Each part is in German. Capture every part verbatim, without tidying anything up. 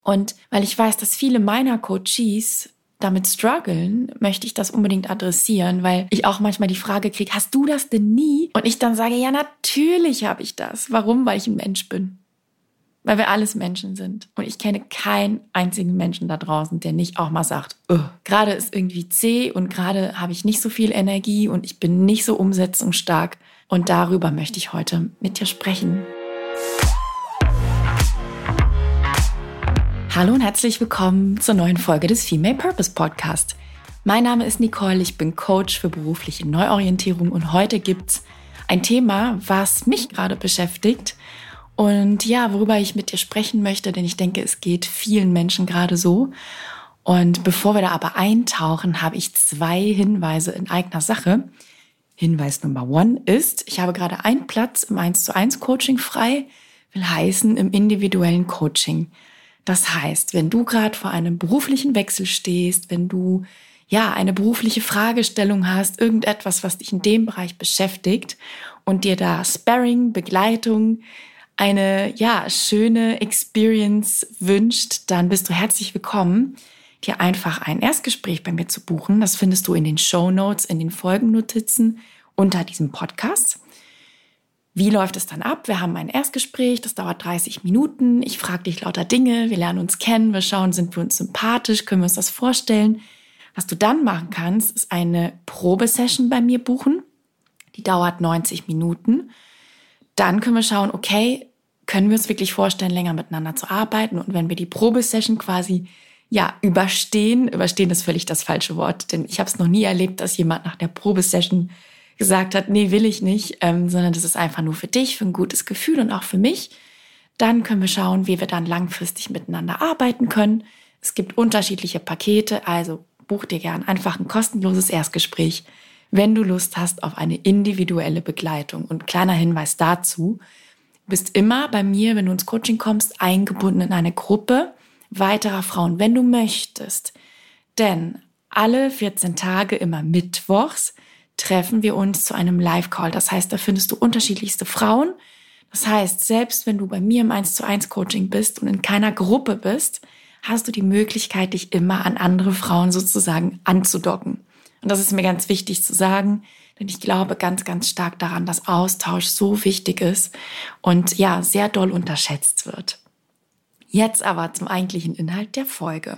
Und weil ich weiß, dass viele meiner Coaches damit strugglen, möchte ich das unbedingt adressieren, weil ich auch manchmal die Frage kriege, hast du das denn nie? Und ich dann sage, ja, natürlich habe ich das. Warum? Weil ich ein Mensch bin. Weil wir alles Menschen sind. Und ich kenne keinen einzigen Menschen da draußen, der nicht auch mal sagt, oh, gerade ist irgendwie zäh und gerade habe ich nicht so viel Energie und ich bin nicht so umsetzungsstark. Und darüber möchte ich heute mit dir sprechen. Hallo und herzlich willkommen zur neuen Folge des Female Purpose Podcast. Mein Name ist Nicole, ich bin Coach für berufliche Neuorientierung und heute gibt's ein Thema, was mich gerade beschäftigt und ja, worüber ich mit dir sprechen möchte, denn ich denke, es geht vielen Menschen gerade so. Und bevor wir da aber eintauchen, habe ich zwei Hinweise in eigener Sache. Hinweis Nummer one ist, ich habe gerade einen Platz im eins zu eins Coaching frei, will heißen im individuellen Coaching. Das heißt, wenn du gerade vor einem beruflichen Wechsel stehst, wenn du ja eine berufliche Fragestellung hast, irgendetwas, was dich in dem Bereich beschäftigt und dir da Sparring, Begleitung, eine ja schöne Experience wünscht, dann bist du herzlich willkommen, dir einfach ein Erstgespräch bei mir zu buchen. Das findest du in den Shownotes, in den Folgennotizen unter diesem Podcast. Wie läuft es dann ab? Wir haben ein Erstgespräch, das dauert dreißig Minuten. Ich frage dich lauter Dinge, wir lernen uns kennen, wir schauen, sind wir uns sympathisch, können wir uns das vorstellen. Was du dann machen kannst, ist eine Probesession bei mir buchen. Die dauert neunzig Minuten. Dann können wir schauen, okay, können wir uns wirklich vorstellen, länger miteinander zu arbeiten? Und wenn wir die Probesession quasi ja überstehen, überstehen ist völlig das falsche Wort, denn ich habe es noch nie erlebt, dass jemand nach der Probesession gesagt hat, nee, will ich nicht, ähm, sondern das ist einfach nur für dich, für ein gutes Gefühl und auch für mich. Dann können wir schauen, wie wir dann langfristig miteinander arbeiten können. Es gibt unterschiedliche Pakete, also buch dir gern einfach ein kostenloses Erstgespräch, wenn du Lust hast auf eine individuelle Begleitung. Und kleiner Hinweis dazu, du bist immer bei mir, wenn du ins Coaching kommst, eingebunden in eine Gruppe weiterer Frauen, wenn du möchtest. Denn alle vierzehn Tage, immer mittwochs, treffen wir uns zu einem Live-Call. Das heißt, da findest du unterschiedlichste Frauen. Das heißt, selbst wenn du bei mir im eins zu eins Coaching bist und in keiner Gruppe bist, hast du die Möglichkeit, dich immer an andere Frauen sozusagen anzudocken. Und das ist mir ganz wichtig zu sagen, denn ich glaube ganz, ganz stark daran, dass Austausch so wichtig ist und ja, sehr doll unterschätzt wird. Jetzt aber zum eigentlichen Inhalt der Folge.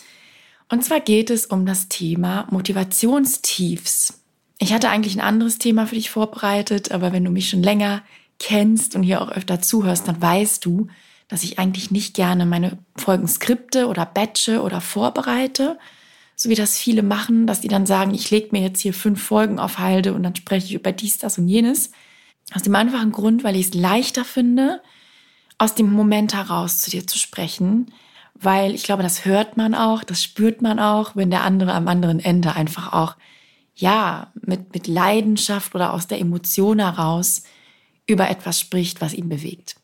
Und zwar geht es um das Thema Motivationstiefs. Ich hatte eigentlich ein anderes Thema für dich vorbereitet, aber wenn du mich schon länger kennst und hier auch öfter zuhörst, dann weißt du, dass ich eigentlich nicht gerne meine Folgen skripte oder batche oder vorbereite, so wie das viele machen, dass die dann sagen, ich lege mir jetzt hier fünf Folgen auf Halde und dann spreche ich über dies, das und jenes. Aus dem einfachen Grund, weil ich es leichter finde, aus dem Moment heraus zu dir zu sprechen, weil ich glaube, das hört man auch, das spürt man auch, wenn der andere am anderen Ende einfach auch ja, mit, mit Leidenschaft oder aus der Emotion heraus über etwas spricht, was ihn bewegt.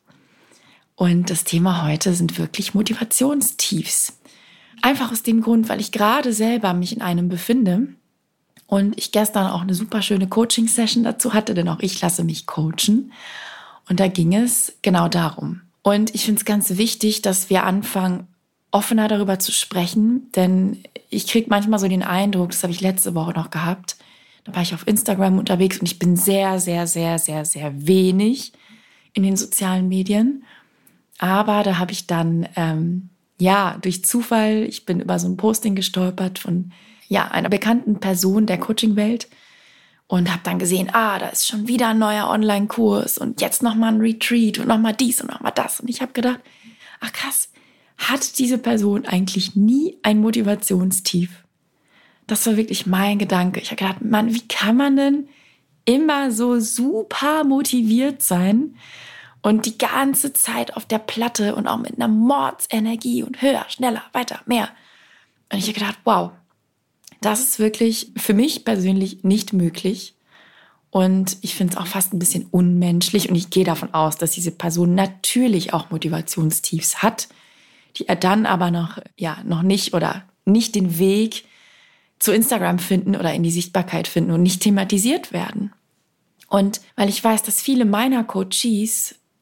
Und das Thema heute sind wirklich Motivationstiefs. Einfach aus dem Grund, weil ich gerade selber mich in einem befinde und ich gestern auch eine super schöne Coaching-Session dazu hatte, denn auch ich lasse mich coachen. Und da ging es genau darum. Und ich finde es ganz wichtig, dass wir anfangen, offener darüber zu sprechen, denn ich kriege manchmal so den Eindruck, das habe ich letzte Woche noch gehabt, da war ich auf Instagram unterwegs und ich bin sehr, sehr, sehr, sehr, sehr wenig in den sozialen Medien, aber da habe ich dann, ähm, ja, durch Zufall, ich bin über so ein Posting gestolpert von ja einer bekannten Person der Coaching-Welt und habe dann gesehen, ah, da ist schon wieder ein neuer Online-Kurs und jetzt nochmal ein Retreat und nochmal dies und nochmal das und ich habe gedacht, ach krass, hat diese Person eigentlich nie ein Motivationstief? Das war wirklich mein Gedanke. Ich habe gedacht, Mann, wie kann man denn immer so super motiviert sein und die ganze Zeit auf der Platte und auch mit einer Mordsenergie und höher, schneller, weiter, mehr. Und ich habe gedacht, wow, das ist wirklich für mich persönlich nicht möglich. Und ich finde es auch fast ein bisschen unmenschlich und ich gehe davon aus, dass diese Person natürlich auch Motivationstiefs hat, die er dann aber noch, ja, noch nicht oder nicht den Weg zu Instagram finden oder in die Sichtbarkeit finden und nicht thematisiert werden. Und weil ich weiß, dass viele meiner Coaches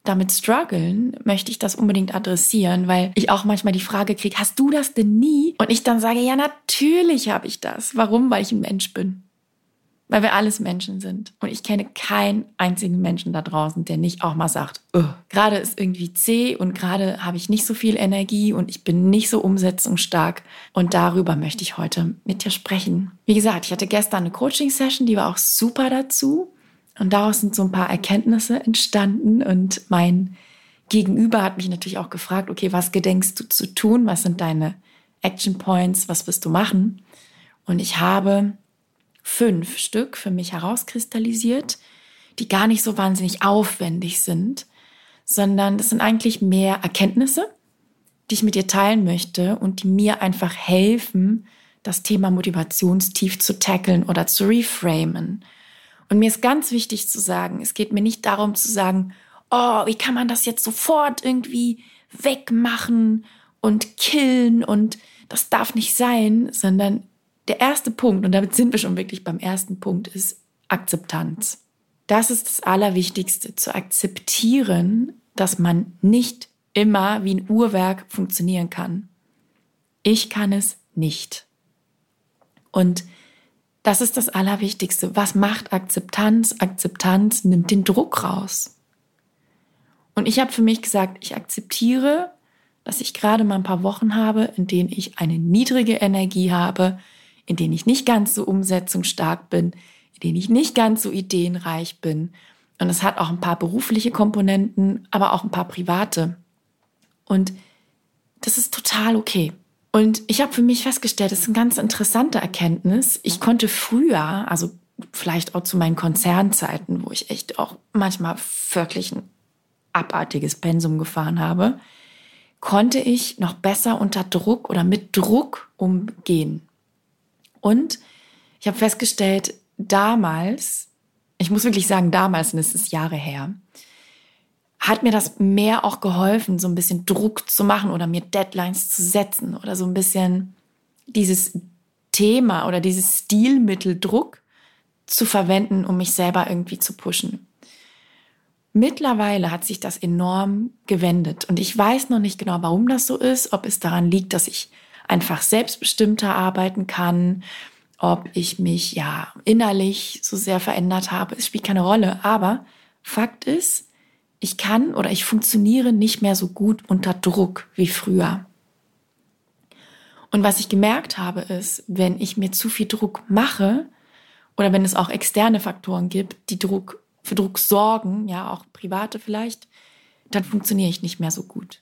damit strugglen, möchte ich das unbedingt adressieren, weil ich auch manchmal die Frage kriege, hast du das denn nie? Und ich dann sage, ja, natürlich habe ich das. Warum? Weil ich ein Mensch bin. Weil wir alles Menschen sind. Und ich kenne keinen einzigen Menschen da draußen, der nicht auch mal sagt, gerade ist irgendwie zäh und gerade habe ich nicht so viel Energie und ich bin nicht so umsetzungsstark. Und darüber möchte ich heute mit dir sprechen. Wie gesagt, ich hatte gestern eine Coaching-Session, die war auch super dazu. Und daraus sind so ein paar Erkenntnisse entstanden. Und mein Gegenüber hat mich natürlich auch gefragt, okay, was gedenkst du zu tun? Was sind deine Action Points? Was wirst du machen? Und ich habe fünf Stück für mich herauskristallisiert, die gar nicht so wahnsinnig aufwendig sind, sondern das sind eigentlich mehr Erkenntnisse, die ich mit dir teilen möchte und die mir einfach helfen, das Thema Motivationstief zu tackeln oder zu reframen. Und mir ist ganz wichtig zu sagen, es geht mir nicht darum zu sagen, oh, wie kann man das jetzt sofort irgendwie wegmachen und killen und das darf nicht sein, sondern der erste Punkt, und damit sind wir schon wirklich beim ersten Punkt, ist Akzeptanz. Das ist das Allerwichtigste, zu akzeptieren, dass man nicht immer wie ein Uhrwerk funktionieren kann. Ich kann es nicht. Und das ist das Allerwichtigste. Was macht Akzeptanz? Akzeptanz nimmt den Druck raus. Und ich habe für mich gesagt, ich akzeptiere, dass ich gerade mal ein paar Wochen habe, in denen ich eine niedrige Energie habe, in denen ich nicht ganz so umsetzungsstark bin, in denen ich nicht ganz so ideenreich bin. Und es hat auch ein paar berufliche Komponenten, aber auch ein paar private. Und das ist total okay. Und ich habe für mich festgestellt, das ist eine ganz interessante Erkenntnis. Ich konnte früher, also vielleicht auch zu meinen Konzernzeiten, wo ich echt auch manchmal wirklich ein abartiges Pensum gefahren habe, konnte ich noch besser unter Druck oder mit Druck umgehen. Und ich habe festgestellt, damals, ich muss wirklich sagen damals, und es ist Jahre her, hat mir das mehr auch geholfen, so ein bisschen Druck zu machen oder mir Deadlines zu setzen oder so ein bisschen dieses Thema oder dieses Stilmittel Druck zu verwenden, um mich selber irgendwie zu pushen. Mittlerweile hat sich das enorm gewendet und ich weiß noch nicht genau, warum das so ist, ob es daran liegt, dass ich einfach selbstbestimmter arbeiten kann, ob ich mich ja innerlich so sehr verändert habe, es spielt keine Rolle. Aber Fakt ist, ich kann oder ich funktioniere nicht mehr so gut unter Druck wie früher. Und was ich gemerkt habe, ist, wenn ich mir zu viel Druck mache oder wenn es auch externe Faktoren gibt, die Druck für Druck sorgen, ja auch private vielleicht, dann funktioniere ich nicht mehr so gut.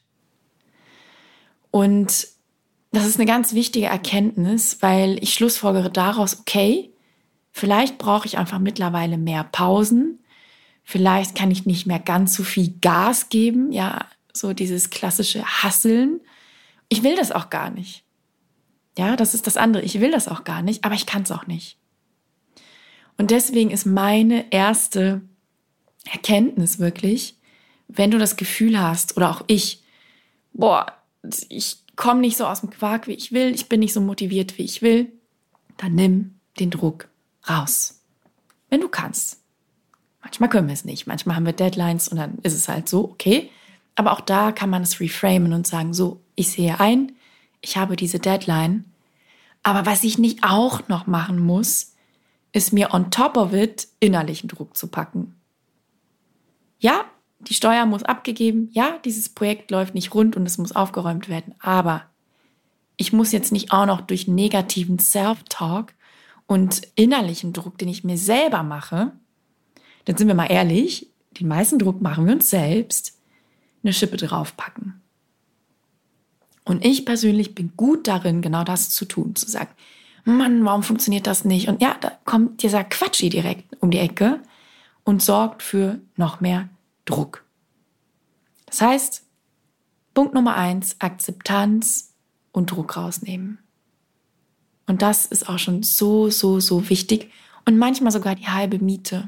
Und das ist eine ganz wichtige Erkenntnis, weil ich schlussfolgere daraus, okay, vielleicht brauche ich einfach mittlerweile mehr Pausen, vielleicht kann ich nicht mehr ganz so viel Gas geben, ja, so dieses klassische Hasseln. Ich will das auch gar nicht. Ja, das ist das andere. Ich will das auch gar nicht, aber ich kann es auch nicht. Und deswegen ist meine erste Erkenntnis wirklich, wenn du das Gefühl hast, oder auch ich, boah, ich komme nicht so aus dem Quark, wie ich will, ich bin nicht so motiviert, wie ich will, dann nimm den Druck raus. Wenn du kannst. Manchmal können wir es nicht, manchmal haben wir Deadlines und dann ist es halt so, okay. Aber auch da kann man es reframen und sagen, so, ich sehe ein, ich habe diese Deadline, aber was ich nicht auch noch machen muss, ist mir on top of it innerlichen Druck zu packen. Ja, die Steuer muss abgegeben, ja, dieses Projekt läuft nicht rund und es muss aufgeräumt werden, aber ich muss jetzt nicht auch noch durch negativen Self-Talk und innerlichen Druck, den ich mir selber mache, dann sind wir mal ehrlich, den meisten Druck machen wir uns selbst, eine Schippe draufpacken. Und ich persönlich bin gut darin, genau das zu tun, zu sagen, Mann, warum funktioniert das nicht? Und ja, da kommt dieser Quatschi direkt um die Ecke und sorgt für noch mehr Druck. Das heißt, Punkt Nummer eins, Akzeptanz und Druck rausnehmen. Und das ist auch schon so, so, so wichtig und manchmal sogar die halbe Miete.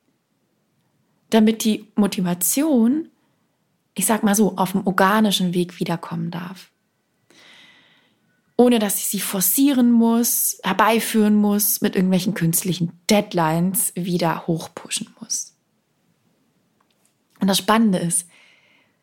Damit die Motivation, ich sag mal so, auf dem organischen Weg wiederkommen darf. Ohne dass ich sie forcieren muss, herbeiführen muss, mit irgendwelchen künstlichen Deadlines wieder hochpushen muss. Und das Spannende ist,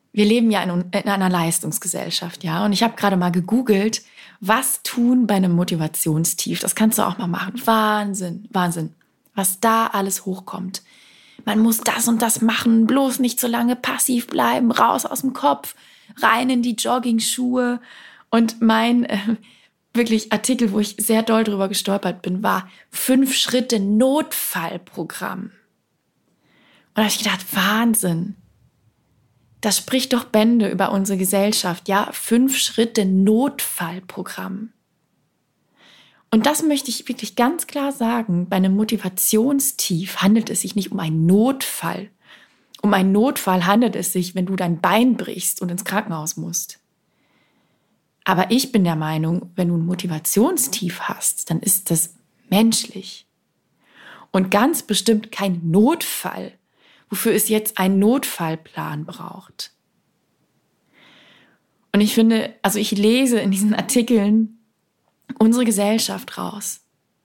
wir leben ja in, in einer Leistungsgesellschaft, ja. Und ich habe gerade mal gegoogelt, was tun bei einem Motivationstief. Das kannst du auch mal machen. Wahnsinn, Wahnsinn, was da alles hochkommt. Man muss das und das machen, bloß nicht so lange passiv bleiben, raus aus dem Kopf, rein in die Jogging-Schuhe. Und mein äh, wirklich Artikel, wo ich sehr doll drüber gestolpert bin, war fünf Schritte Notfallprogramm. Und da habe ich gedacht, Wahnsinn. Das spricht doch Bände über unsere Gesellschaft, ja, fünf Schritte Notfallprogramm. Und das möchte ich wirklich ganz klar sagen, bei einem Motivationstief handelt es sich nicht um einen Notfall. Um einen Notfall handelt es sich, wenn du dein Bein brichst und ins Krankenhaus musst. Aber ich bin der Meinung, wenn du ein Motivationstief hast, dann ist das menschlich. Und ganz bestimmt kein Notfall, wofür es jetzt einen Notfallplan braucht. Und ich finde, also ich lese in diesen Artikeln unsere Gesellschaft raus.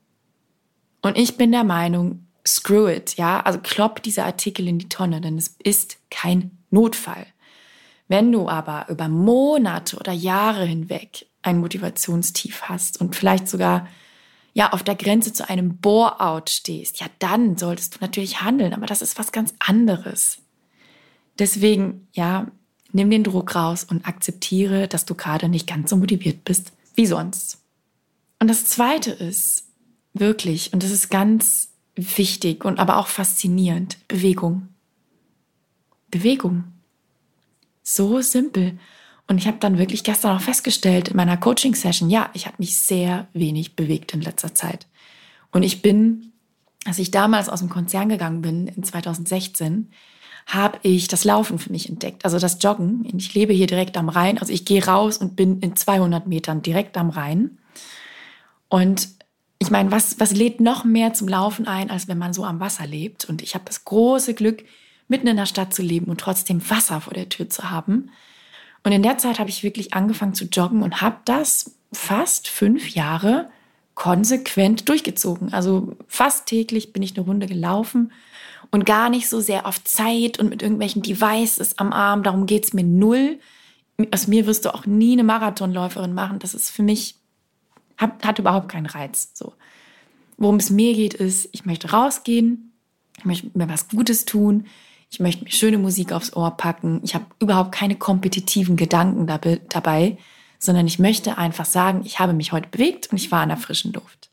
Und ich bin der Meinung, screw it, ja, also klopp diese Artikel in die Tonne, denn es ist kein Notfall. Wenn du aber über Monate oder Jahre hinweg ein Motivationstief hast und vielleicht sogar ja auf der Grenze zu einem Bore-out stehst, ja, dann solltest du natürlich handeln, aber das ist was ganz anderes. Deswegen, ja, nimm den Druck raus und akzeptiere, dass du gerade nicht ganz so motiviert bist wie sonst. Und das Zweite ist wirklich, und das ist ganz wichtig und aber auch faszinierend, Bewegung. Bewegung. So simpel. Und ich habe dann wirklich gestern auch festgestellt in meiner Coaching-Session, ja, ich habe mich sehr wenig bewegt in letzter Zeit. Und ich bin, als ich damals aus dem Konzern gegangen bin, in zweitausendsechzehn, habe ich das Laufen für mich entdeckt, also das Joggen. Ich lebe hier direkt am Rhein, also ich gehe raus und bin in zweihundert Metern direkt am Rhein. Und ich meine, was, was lädt noch mehr zum Laufen ein, als wenn man so am Wasser lebt? Und ich habe das große Glück, mitten in der Stadt zu leben und trotzdem Wasser vor der Tür zu haben. Und in der Zeit habe ich wirklich angefangen zu joggen und habe das fast fünf Jahre konsequent durchgezogen. Also fast täglich bin ich eine Runde gelaufen und gar nicht so sehr auf Zeit und mit irgendwelchen Devices am Arm. Darum geht's mir null. Aus mir wirst du auch nie eine Marathonläuferin machen. Das ist für mich, hat, hat überhaupt keinen Reiz. So. Worum es mir geht, ist, ich möchte rausgehen, ich möchte mir was Gutes tun, ich möchte mir schöne Musik aufs Ohr packen. Ich habe überhaupt keine kompetitiven Gedanken dabei, sondern ich möchte einfach sagen, ich habe mich heute bewegt und ich war an der frischen Luft.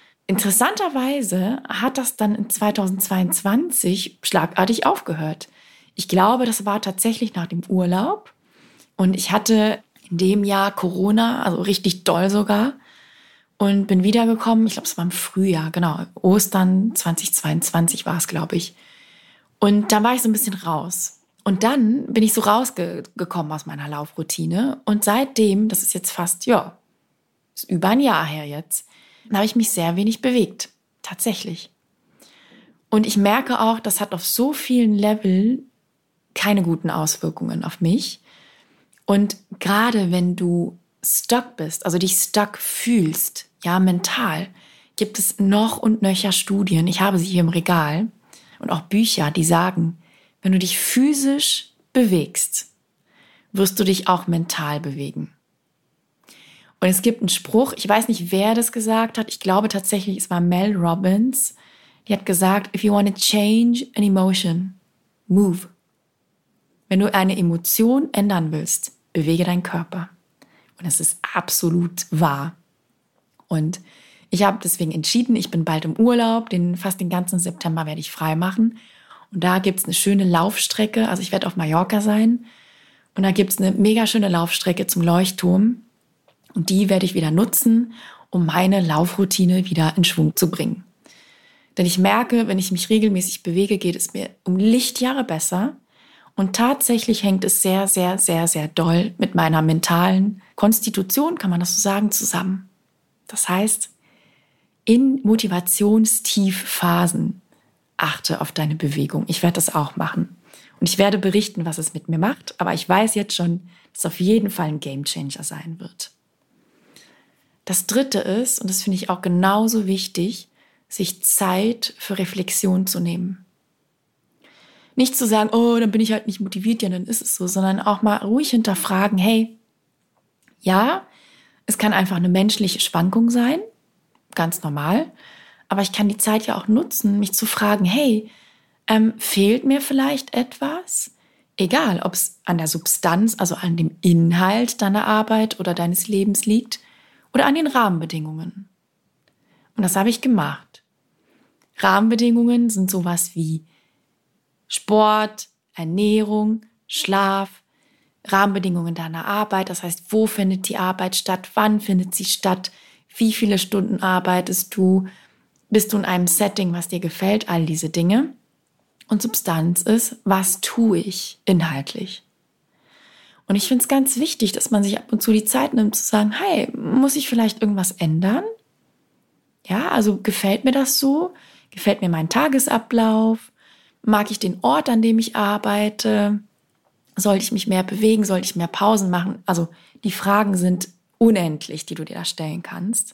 Interessanterweise hat das dann in zweitausendzweiundzwanzig schlagartig aufgehört. Ich glaube, das war tatsächlich nach dem Urlaub. Und ich hatte in dem Jahr Corona, also richtig doll sogar. Und bin wiedergekommen, ich glaube, es war im Frühjahr, genau, Ostern zweitausendzweiundzwanzig war es, glaube ich. Und dann war ich so ein bisschen raus. Und dann bin ich so rausgekommen aus meiner Laufroutine. Und seitdem, das ist jetzt fast, ja, ist über ein Jahr her jetzt, habe ich mich sehr wenig bewegt. Tatsächlich. Und ich merke auch, das hat auf so vielen Leveln keine guten Auswirkungen auf mich. Und gerade wenn du stuck bist, also dich stuck fühlst, ja, mental, gibt es noch und nöcher Studien, ich habe sie hier im Regal, und auch Bücher, die sagen, wenn du dich physisch bewegst, wirst du dich auch mental bewegen. Und es gibt einen Spruch, ich weiß nicht, wer das gesagt hat, ich glaube tatsächlich, es war Mel Robbins, die hat gesagt, if you want to change an emotion, move. Wenn du eine Emotion ändern willst, bewege deinen Körper. Und es ist absolut wahr. Und ich habe deswegen entschieden, ich bin bald im Urlaub, den, fast den ganzen September werde ich frei machen. Und da gibt's eine schöne Laufstrecke, also ich werde auf Mallorca sein. Und da gibt's eine mega schöne Laufstrecke zum Leuchtturm. Und die werde ich wieder nutzen, um meine Laufroutine wieder in Schwung zu bringen. Denn ich merke, wenn ich mich regelmäßig bewege, geht es mir um Lichtjahre besser. Und tatsächlich hängt es sehr, sehr, sehr, sehr doll mit meiner mentalen Konstitution, kann man das so sagen, zusammen. Das heißt, in Motivationstiefphasen achte auf deine Bewegung. Ich werde das auch machen. Und ich werde berichten, was es mit mir macht. Aber ich weiß jetzt schon, dass es auf jeden Fall ein Gamechanger sein wird. Das Dritte ist, und das finde ich auch genauso wichtig, sich Zeit für Reflexion zu nehmen. Nicht zu sagen, oh, dann bin ich halt nicht motiviert, ja, dann ist es so, sondern auch mal ruhig hinterfragen, hey, ja, es kann einfach eine menschliche Schwankung sein, ganz normal, aber ich kann die Zeit ja auch nutzen, mich zu fragen, hey, ähm, fehlt mir vielleicht etwas? Egal, ob es an der Substanz, also an dem Inhalt deiner Arbeit oder deines Lebens liegt oder an den Rahmenbedingungen. Und das habe ich gemacht. Rahmenbedingungen sind sowas wie Sport, Ernährung, Schlaf, Rahmenbedingungen deiner Arbeit. Das heißt, wo findet die Arbeit statt? Wann findet sie statt? Wie viele Stunden arbeitest du? Bist du in einem Setting, was dir gefällt? All diese Dinge. Und Substanz ist, was tue ich inhaltlich? Und ich finde es ganz wichtig, dass man sich ab und zu die Zeit nimmt, zu sagen, hey, muss ich vielleicht irgendwas ändern? Ja, also gefällt mir das so? Gefällt mir mein Tagesablauf? Mag ich den Ort, an dem ich arbeite? Sollte ich mich mehr bewegen? Sollte ich mehr Pausen machen? Also die Fragen sind unendlich, die du dir da stellen kannst.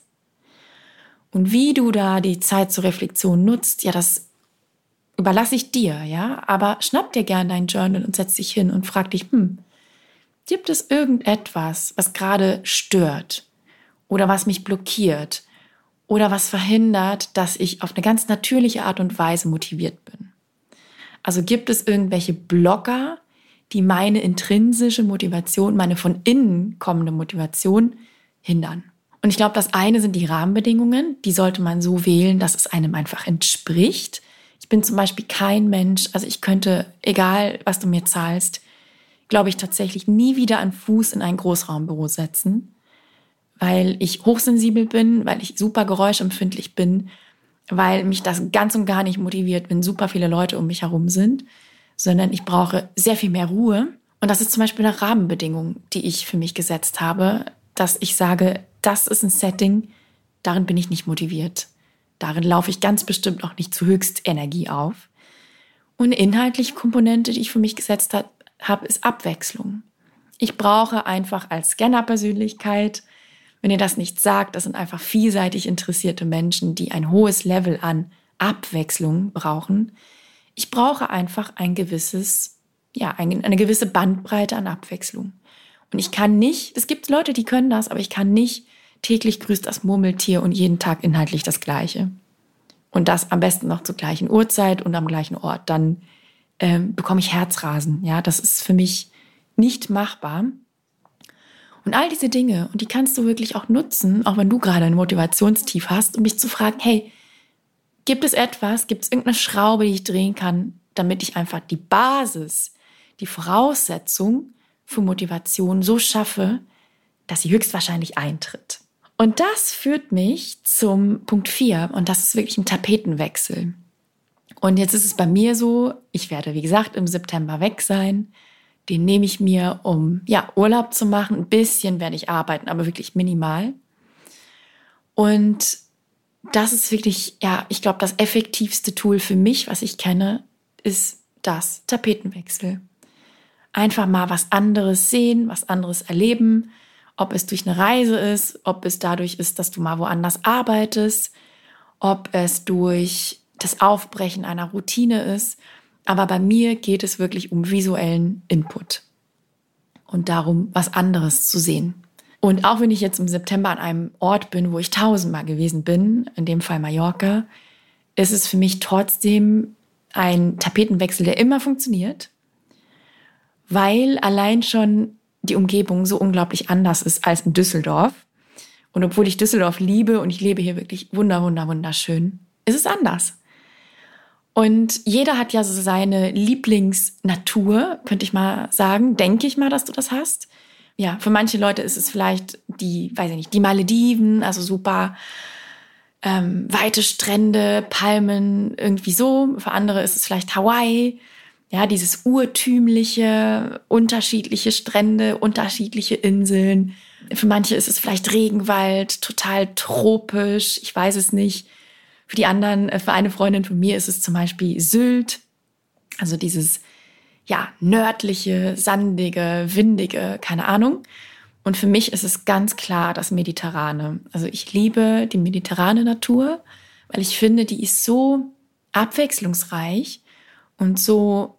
Und wie du da die Zeit zur Reflexion nutzt, ja, das überlasse ich dir, ja. Aber schnapp dir gerne dein Journal und setz dich hin und frag dich, hm, gibt es irgendetwas, was gerade stört oder was mich blockiert oder was verhindert, dass ich auf eine ganz natürliche Art und Weise motiviert bin? Also gibt es irgendwelche Blocker, die meine intrinsische Motivation, meine von innen kommende Motivation hindern? Und ich glaube, das eine sind die Rahmenbedingungen. Die sollte man so wählen, dass es einem einfach entspricht. Ich bin zum Beispiel kein Mensch, also ich könnte, egal was du mir zahlst, glaube ich tatsächlich nie wieder einen Fuß in ein Großraumbüro setzen, weil ich hochsensibel bin, weil ich super geräuschempfindlich bin, weil mich das ganz und gar nicht motiviert, wenn super viele Leute um mich herum sind, sondern ich brauche sehr viel mehr Ruhe. Und das ist zum Beispiel eine Rahmenbedingung, die ich für mich gesetzt habe, dass ich sage, das ist ein Setting, darin bin ich nicht motiviert. Darin laufe ich ganz bestimmt auch nicht zu Höchstenergie auf. Und eine inhaltliche Komponente, die ich für mich gesetzt habe, ist Abwechslung. Ich brauche einfach als Scanner-Persönlichkeit, wenn ihr das nicht sagt, das sind einfach vielseitig interessierte Menschen, die ein hohes Level an Abwechslung brauchen. Ich brauche einfach ein gewisses, ja, eine gewisse Bandbreite an Abwechslung. Und ich kann nicht, es gibt Leute, die können das, aber ich kann nicht täglich grüßt das Murmeltier und jeden Tag inhaltlich das Gleiche. Und das am besten noch zur gleichen Uhrzeit und am gleichen Ort. Dann ähm, bekomme ich Herzrasen. Ja, das ist für mich nicht machbar. Und all diese Dinge, und die kannst du wirklich auch nutzen, auch wenn du gerade ein Motivationstief hast, um dich zu fragen, hey, gibt es etwas, gibt es irgendeine Schraube, die ich drehen kann, damit ich einfach die Basis, die Voraussetzung für Motivation so schaffe, dass sie höchstwahrscheinlich eintritt. Und das führt mich zum Punkt vier, und das ist wirklich ein Tapetenwechsel. Und jetzt ist es bei mir so, ich werde, wie gesagt, im September weg sein. Den nehme ich mir, um ja, Urlaub zu machen. Ein bisschen werde ich arbeiten, aber wirklich minimal. Und das ist wirklich, ja, ich glaube, das effektivste Tool für mich, was ich kenne, ist das Tapetenwechsel. Einfach mal was anderes sehen, was anderes erleben, ob es durch eine Reise ist, ob es dadurch ist, dass du mal woanders arbeitest, ob es durch das Aufbrechen einer Routine ist. Aber bei mir geht es wirklich um visuellen Input und darum, was anderes zu sehen. Und auch wenn ich jetzt im September an einem Ort bin, wo ich tausendmal gewesen bin, in dem Fall Mallorca, ist es für mich trotzdem ein Tapetenwechsel, der immer funktioniert, weil allein schon die Umgebung so unglaublich anders ist als in Düsseldorf. Und obwohl ich Düsseldorf liebe und ich lebe hier wirklich wunder, wunder, wunderschön, ist es anders. Und jeder hat ja so seine Lieblingsnatur, könnte ich mal sagen. Denke ich mal, dass du das hast. Ja, für manche Leute ist es vielleicht die, weiß ich nicht, die Malediven, also super ähm, weite Strände, Palmen, irgendwie so. Für andere ist es vielleicht Hawaii. Ja, dieses urtümliche, unterschiedliche Strände, unterschiedliche Inseln. Für manche ist es vielleicht Regenwald, total tropisch, ich weiß es nicht. Für die anderen, für eine Freundin von mir ist es zum Beispiel Sylt, also dieses, ja, nördliche, sandige, windige, keine Ahnung. Und für mich ist es ganz klar das Mediterrane. Also ich liebe die mediterrane Natur, weil ich finde, die ist so abwechslungsreich und so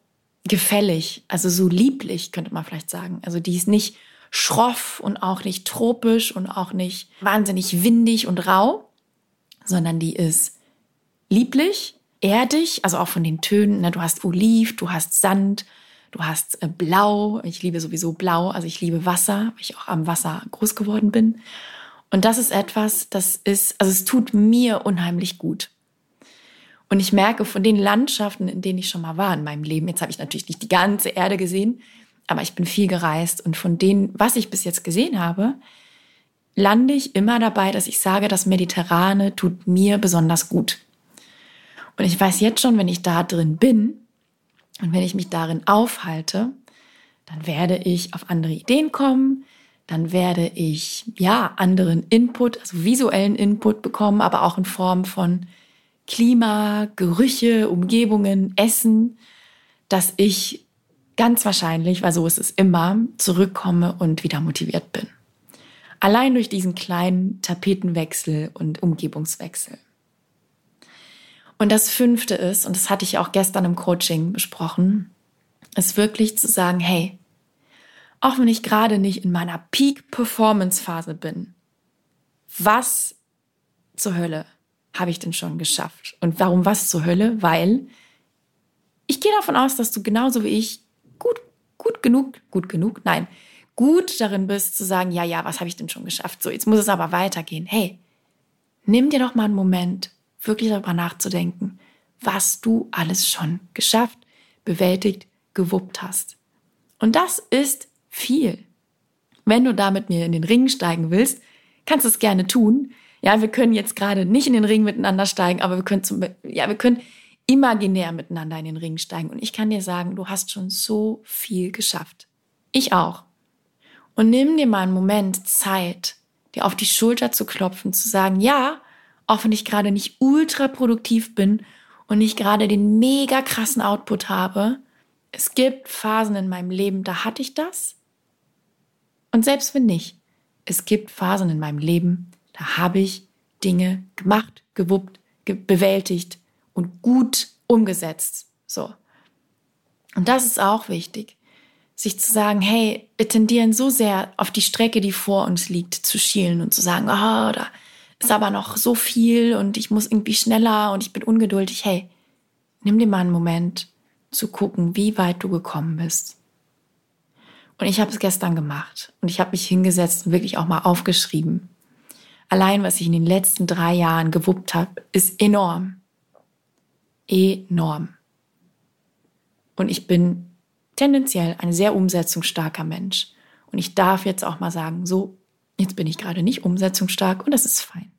gefällig, also so lieblich, könnte man vielleicht sagen. Also die ist nicht schroff und auch nicht tropisch und auch nicht wahnsinnig windig und rau, sondern die ist lieblich, erdig, also auch von den Tönen. Ne? Du hast Oliv, du hast Sand, du hast äh, Blau. Ich liebe sowieso Blau, also ich liebe Wasser, weil ich auch am Wasser groß geworden bin. Und das ist etwas, das ist, also es tut mir unheimlich gut. Und ich merke von den Landschaften, in denen ich schon mal war in meinem Leben, jetzt habe ich natürlich nicht die ganze Erde gesehen, aber ich bin viel gereist. Und von denen, was ich bis jetzt gesehen habe, lande ich immer dabei, dass ich sage, das Mediterrane tut mir besonders gut. Und ich weiß jetzt schon, wenn ich da drin bin und wenn ich mich darin aufhalte, dann werde ich auf andere Ideen kommen, dann werde ich ja anderen Input, also visuellen Input bekommen, aber auch in Form von Klima, Gerüche, Umgebungen, Essen, dass ich ganz wahrscheinlich, weil so ist es immer, zurückkomme und wieder motiviert bin. Allein durch diesen kleinen Tapetenwechsel und Umgebungswechsel. Und das Fünfte ist, und das hatte ich auch gestern im Coaching besprochen, ist wirklich zu sagen, hey, auch wenn ich gerade nicht in meiner Peak-Performance-Phase bin, was zur Hölle habe ich denn schon geschafft? Und warum was zur Hölle? Weil ich gehe davon aus, dass du genauso wie ich gut, gut genug, gut genug, nein, gut darin bist zu sagen, ja, ja, was habe ich denn schon geschafft? So, jetzt muss es aber weitergehen. Hey, nimm dir doch mal einen Moment, wirklich darüber nachzudenken, was du alles schon geschafft, bewältigt, gewuppt hast. Und das ist viel. Wenn du da mit mir in den Ring steigen willst, kannst du es gerne tun. Ja, wir können jetzt gerade nicht in den Ring miteinander steigen, aber wir können zum, ja, wir können imaginär miteinander in den Ring steigen. Und ich kann dir sagen, du hast schon so viel geschafft. Ich auch. Und nimm dir mal einen Moment Zeit, dir auf die Schulter zu klopfen, zu sagen, ja, auch wenn ich gerade nicht ultra produktiv bin und nicht gerade den mega krassen Output habe, es gibt Phasen in meinem Leben, da hatte ich das. Und selbst wenn nicht, es gibt Phasen in meinem Leben, da habe ich Dinge gemacht, gewuppt, ge- bewältigt und gut umgesetzt. So. Und das ist auch wichtig, sich zu sagen, hey, wir tendieren so sehr auf die Strecke, die vor uns liegt, zu schielen und zu sagen, oh, da ist aber noch so viel und ich muss irgendwie schneller und ich bin ungeduldig. Hey, nimm dir mal einen Moment zu gucken, wie weit du gekommen bist. Und ich habe es gestern gemacht und ich habe mich hingesetzt und wirklich auch mal aufgeschrieben. Allein, was ich in den letzten drei Jahren gewuppt habe, ist enorm. Enorm. Und ich bin tendenziell ein sehr umsetzungsstarker Mensch. Und ich darf jetzt auch mal sagen, so, jetzt bin ich gerade nicht umsetzungsstark und das ist fein.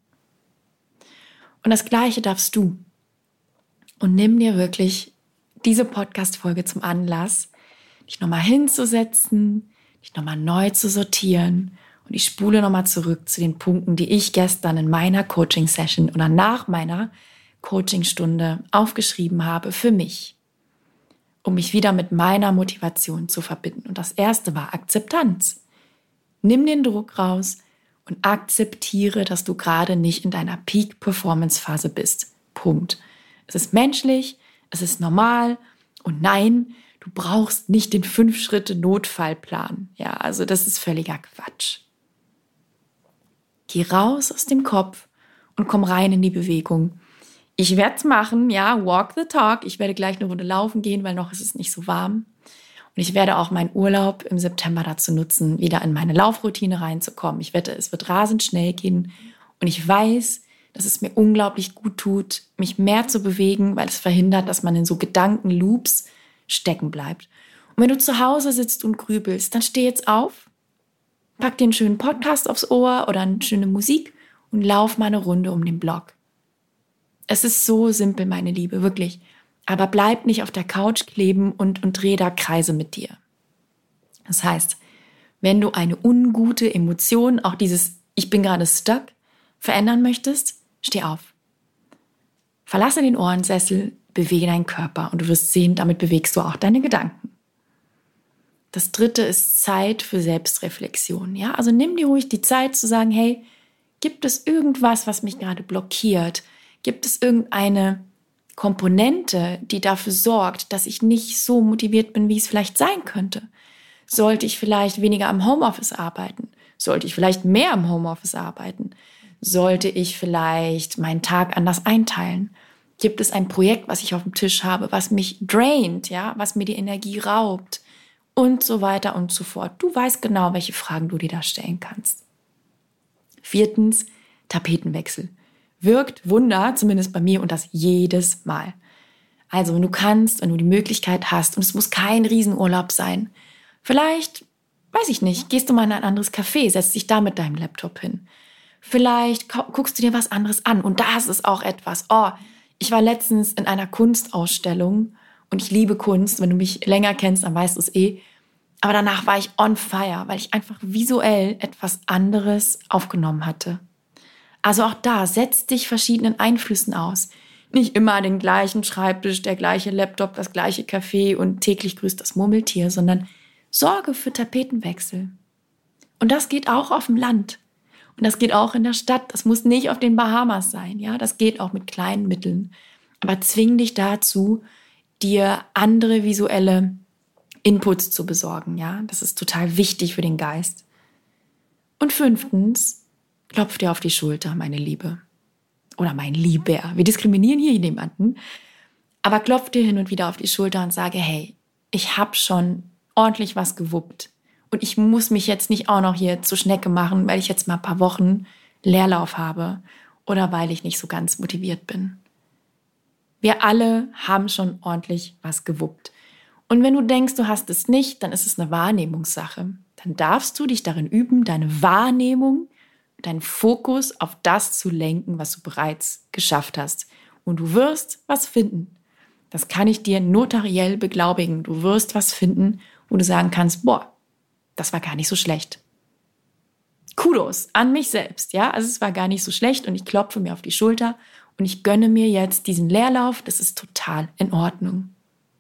Und das Gleiche darfst du. Und nimm dir wirklich diese Podcast-Folge zum Anlass, dich nochmal hinzusetzen, dich nochmal neu zu sortieren und ich spule nochmal zurück zu den Punkten, die ich gestern in meiner Coaching-Session oder nach meiner Coaching-Stunde aufgeschrieben habe für mich, um mich wieder mit meiner Motivation zu verbinden. Und das erste war Akzeptanz. Nimm den Druck raus und akzeptiere, dass du gerade nicht in deiner Peak-Performance-Phase bist. Punkt. Es ist menschlich, es ist normal und nein, du brauchst nicht den Fünf-Schritte-Notfallplan. Ja, also das ist völliger Quatsch. Geh raus aus dem Kopf und komm rein in die Bewegung. Ich werde es machen, ja, walk the talk. Ich werde gleich eine Runde laufen gehen, weil noch ist es nicht so warm. Und ich werde auch meinen Urlaub im September dazu nutzen, wieder in meine Laufroutine reinzukommen. Ich wette, es wird rasend schnell gehen. Und ich weiß, dass es mir unglaublich gut tut, mich mehr zu bewegen, weil es verhindert, dass man in so Gedankenloops stecken bleibt. Und wenn du zu Hause sitzt und grübelst, dann steh jetzt auf, pack dir einen schönen Podcast aufs Ohr oder eine schöne Musik und lauf mal eine Runde um den Block. Es ist so simpel, meine Liebe, wirklich. Aber bleib nicht auf der Couch kleben und, und dreh da Kreise mit dir. Das heißt, wenn du eine ungute Emotion, auch dieses Ich bin gerade stuck, verändern möchtest, steh auf. Verlasse den Ohrensessel, bewege deinen Körper und du wirst sehen, damit bewegst du auch deine Gedanken. Das dritte ist Zeit für Selbstreflexion. Ja? Also nimm dir ruhig die Zeit zu sagen, hey, gibt es irgendwas, was mich gerade blockiert? Gibt es irgendeine Komponente, die dafür sorgt, dass ich nicht so motiviert bin, wie es vielleicht sein könnte? Sollte ich vielleicht weniger am Homeoffice arbeiten? Sollte ich vielleicht mehr am Homeoffice arbeiten? Sollte ich vielleicht meinen Tag anders einteilen? Gibt es ein Projekt, was ich auf dem Tisch habe, was mich draint, ja, was mir die Energie raubt? Und so weiter und so fort. Du weißt genau, welche Fragen du dir da stellen kannst. Viertens, Tapetenwechsel. Wirkt Wunder, zumindest bei mir, und das jedes Mal. Also wenn du kannst, wenn du die Möglichkeit hast, und es muss kein Riesenurlaub sein, vielleicht, weiß ich nicht, gehst du mal in ein anderes Café, setzt dich da mit deinem Laptop hin. Vielleicht guckst du dir was anderes an, und das ist auch etwas. Oh, ich war letztens in einer Kunstausstellung, und ich liebe Kunst. Wenn du mich länger kennst, dann weißt du es eh. Aber danach war ich on fire, weil ich einfach visuell etwas anderes aufgenommen hatte. Also auch da, setz dich verschiedenen Einflüssen aus. Nicht immer den gleichen Schreibtisch, der gleiche Laptop, das gleiche Café und täglich grüßt das Murmeltier, sondern sorge für Tapetenwechsel. Und das geht auch auf dem Land. Und das geht auch in der Stadt. Das muss nicht auf den Bahamas sein. Ja, das geht auch mit kleinen Mitteln. Aber zwing dich dazu, dir andere visuelle Inputs zu besorgen. Ja, das ist total wichtig für den Geist. Und fünftens, klopf dir auf die Schulter, meine Liebe. Oder mein Lieber. Wir diskriminieren hier jemanden. Aber klopf dir hin und wieder auf die Schulter und sage, hey, ich habe schon ordentlich was gewuppt. Und ich muss mich jetzt nicht auch noch hier zur Schnecke machen, weil ich jetzt mal ein paar Wochen Leerlauf habe oder weil ich nicht so ganz motiviert bin. Wir alle haben schon ordentlich was gewuppt. Und wenn du denkst, du hast es nicht, dann ist es eine Wahrnehmungssache. Dann darfst du dich darin üben, deine Wahrnehmung, deinen Fokus auf das zu lenken, was du bereits geschafft hast. Und du wirst was finden. Das kann ich dir notariell beglaubigen. Du wirst was finden, wo du sagen kannst, boah, das war gar nicht so schlecht. Kudos an mich selbst, ja. Also es war gar nicht so schlecht und ich klopfe mir auf die Schulter und ich gönne mir jetzt diesen Leerlauf. Das ist total in Ordnung.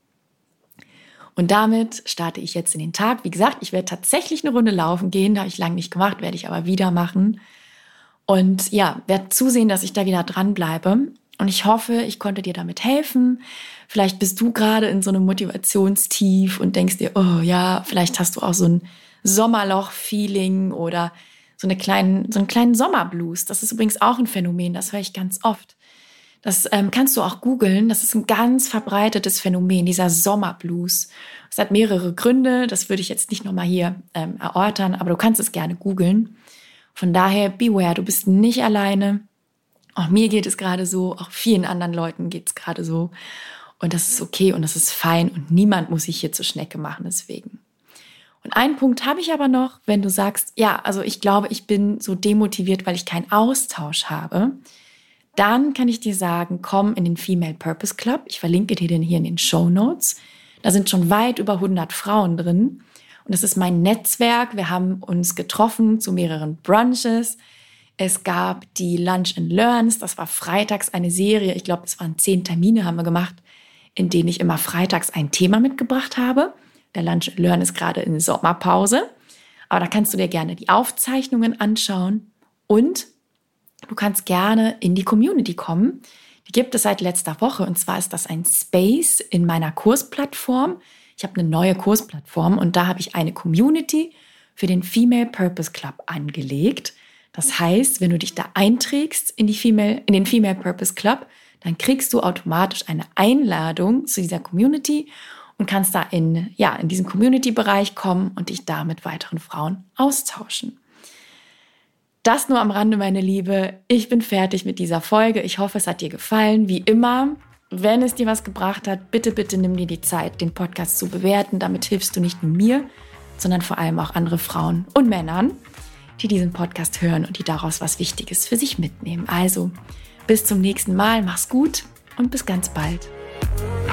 Und damit starte ich jetzt in den Tag. Wie gesagt, ich werde tatsächlich eine Runde laufen gehen. Da habe ich lange nicht gemacht, werde ich aber wieder machen. Und ja, werde zusehen, dass ich da wieder dranbleibe. Und ich hoffe, ich konnte dir damit helfen. Vielleicht bist du gerade in so einem Motivationstief und denkst dir, oh ja, vielleicht hast du auch so ein Sommerloch-Feeling oder so, eine kleinen, so einen kleinen Sommerblues. Das ist übrigens auch ein Phänomen, das höre ich ganz oft. Das ähm, kannst du auch googeln. Das ist ein ganz verbreitetes Phänomen, dieser Sommerblues. Es hat mehrere Gründe, das würde ich jetzt nicht nochmal hier ähm, erörtern, aber du kannst es gerne googeln. Von daher, beware, du bist nicht alleine. Auch mir geht es gerade so, auch vielen anderen Leuten geht es gerade so. Und das ist okay und das ist fein und niemand muss sich hier zur Schnecke machen deswegen. Und einen Punkt habe ich aber noch, wenn du sagst, ja, also ich glaube, ich bin so demotiviert, weil ich keinen Austausch habe. Dann kann ich dir sagen, komm in den Female Purpose Club. Ich verlinke dir den hier in den Shownotes. Da sind schon weit über hundert Frauen drin. Und das ist mein Netzwerk. Wir haben uns getroffen zu mehreren Brunches. Es gab die Lunch and Learns. Das war freitags eine Serie. Ich glaube, es waren zehn Termine haben wir gemacht, in denen ich immer freitags ein Thema mitgebracht habe. Der Lunch and Learn ist gerade in Sommerpause. Aber da kannst du dir gerne die Aufzeichnungen anschauen. Und du kannst gerne in die Community kommen. Die gibt es seit letzter Woche. Und zwar ist das ein Space in meiner Kursplattform. Ich habe eine neue Kursplattform und da habe ich eine Community für den Female Purpose Club angelegt. Das heißt, wenn du dich da einträgst in, die Female, in den Female Purpose Club, dann kriegst du automatisch eine Einladung zu dieser Community und kannst da in, ja, in diesen Community-Bereich kommen und dich da mit weiteren Frauen austauschen. Das nur am Rande, meine Liebe. Ich bin fertig mit dieser Folge. Ich hoffe, es hat dir gefallen. Wie immer, wenn es dir was gebracht hat, bitte, bitte nimm dir die Zeit, den Podcast zu bewerten. Damit hilfst du nicht nur mir, sondern vor allem auch andere Frauen und Männern, die diesen Podcast hören und die daraus was Wichtiges für sich mitnehmen. Also, bis zum nächsten Mal. Mach's gut und bis ganz bald.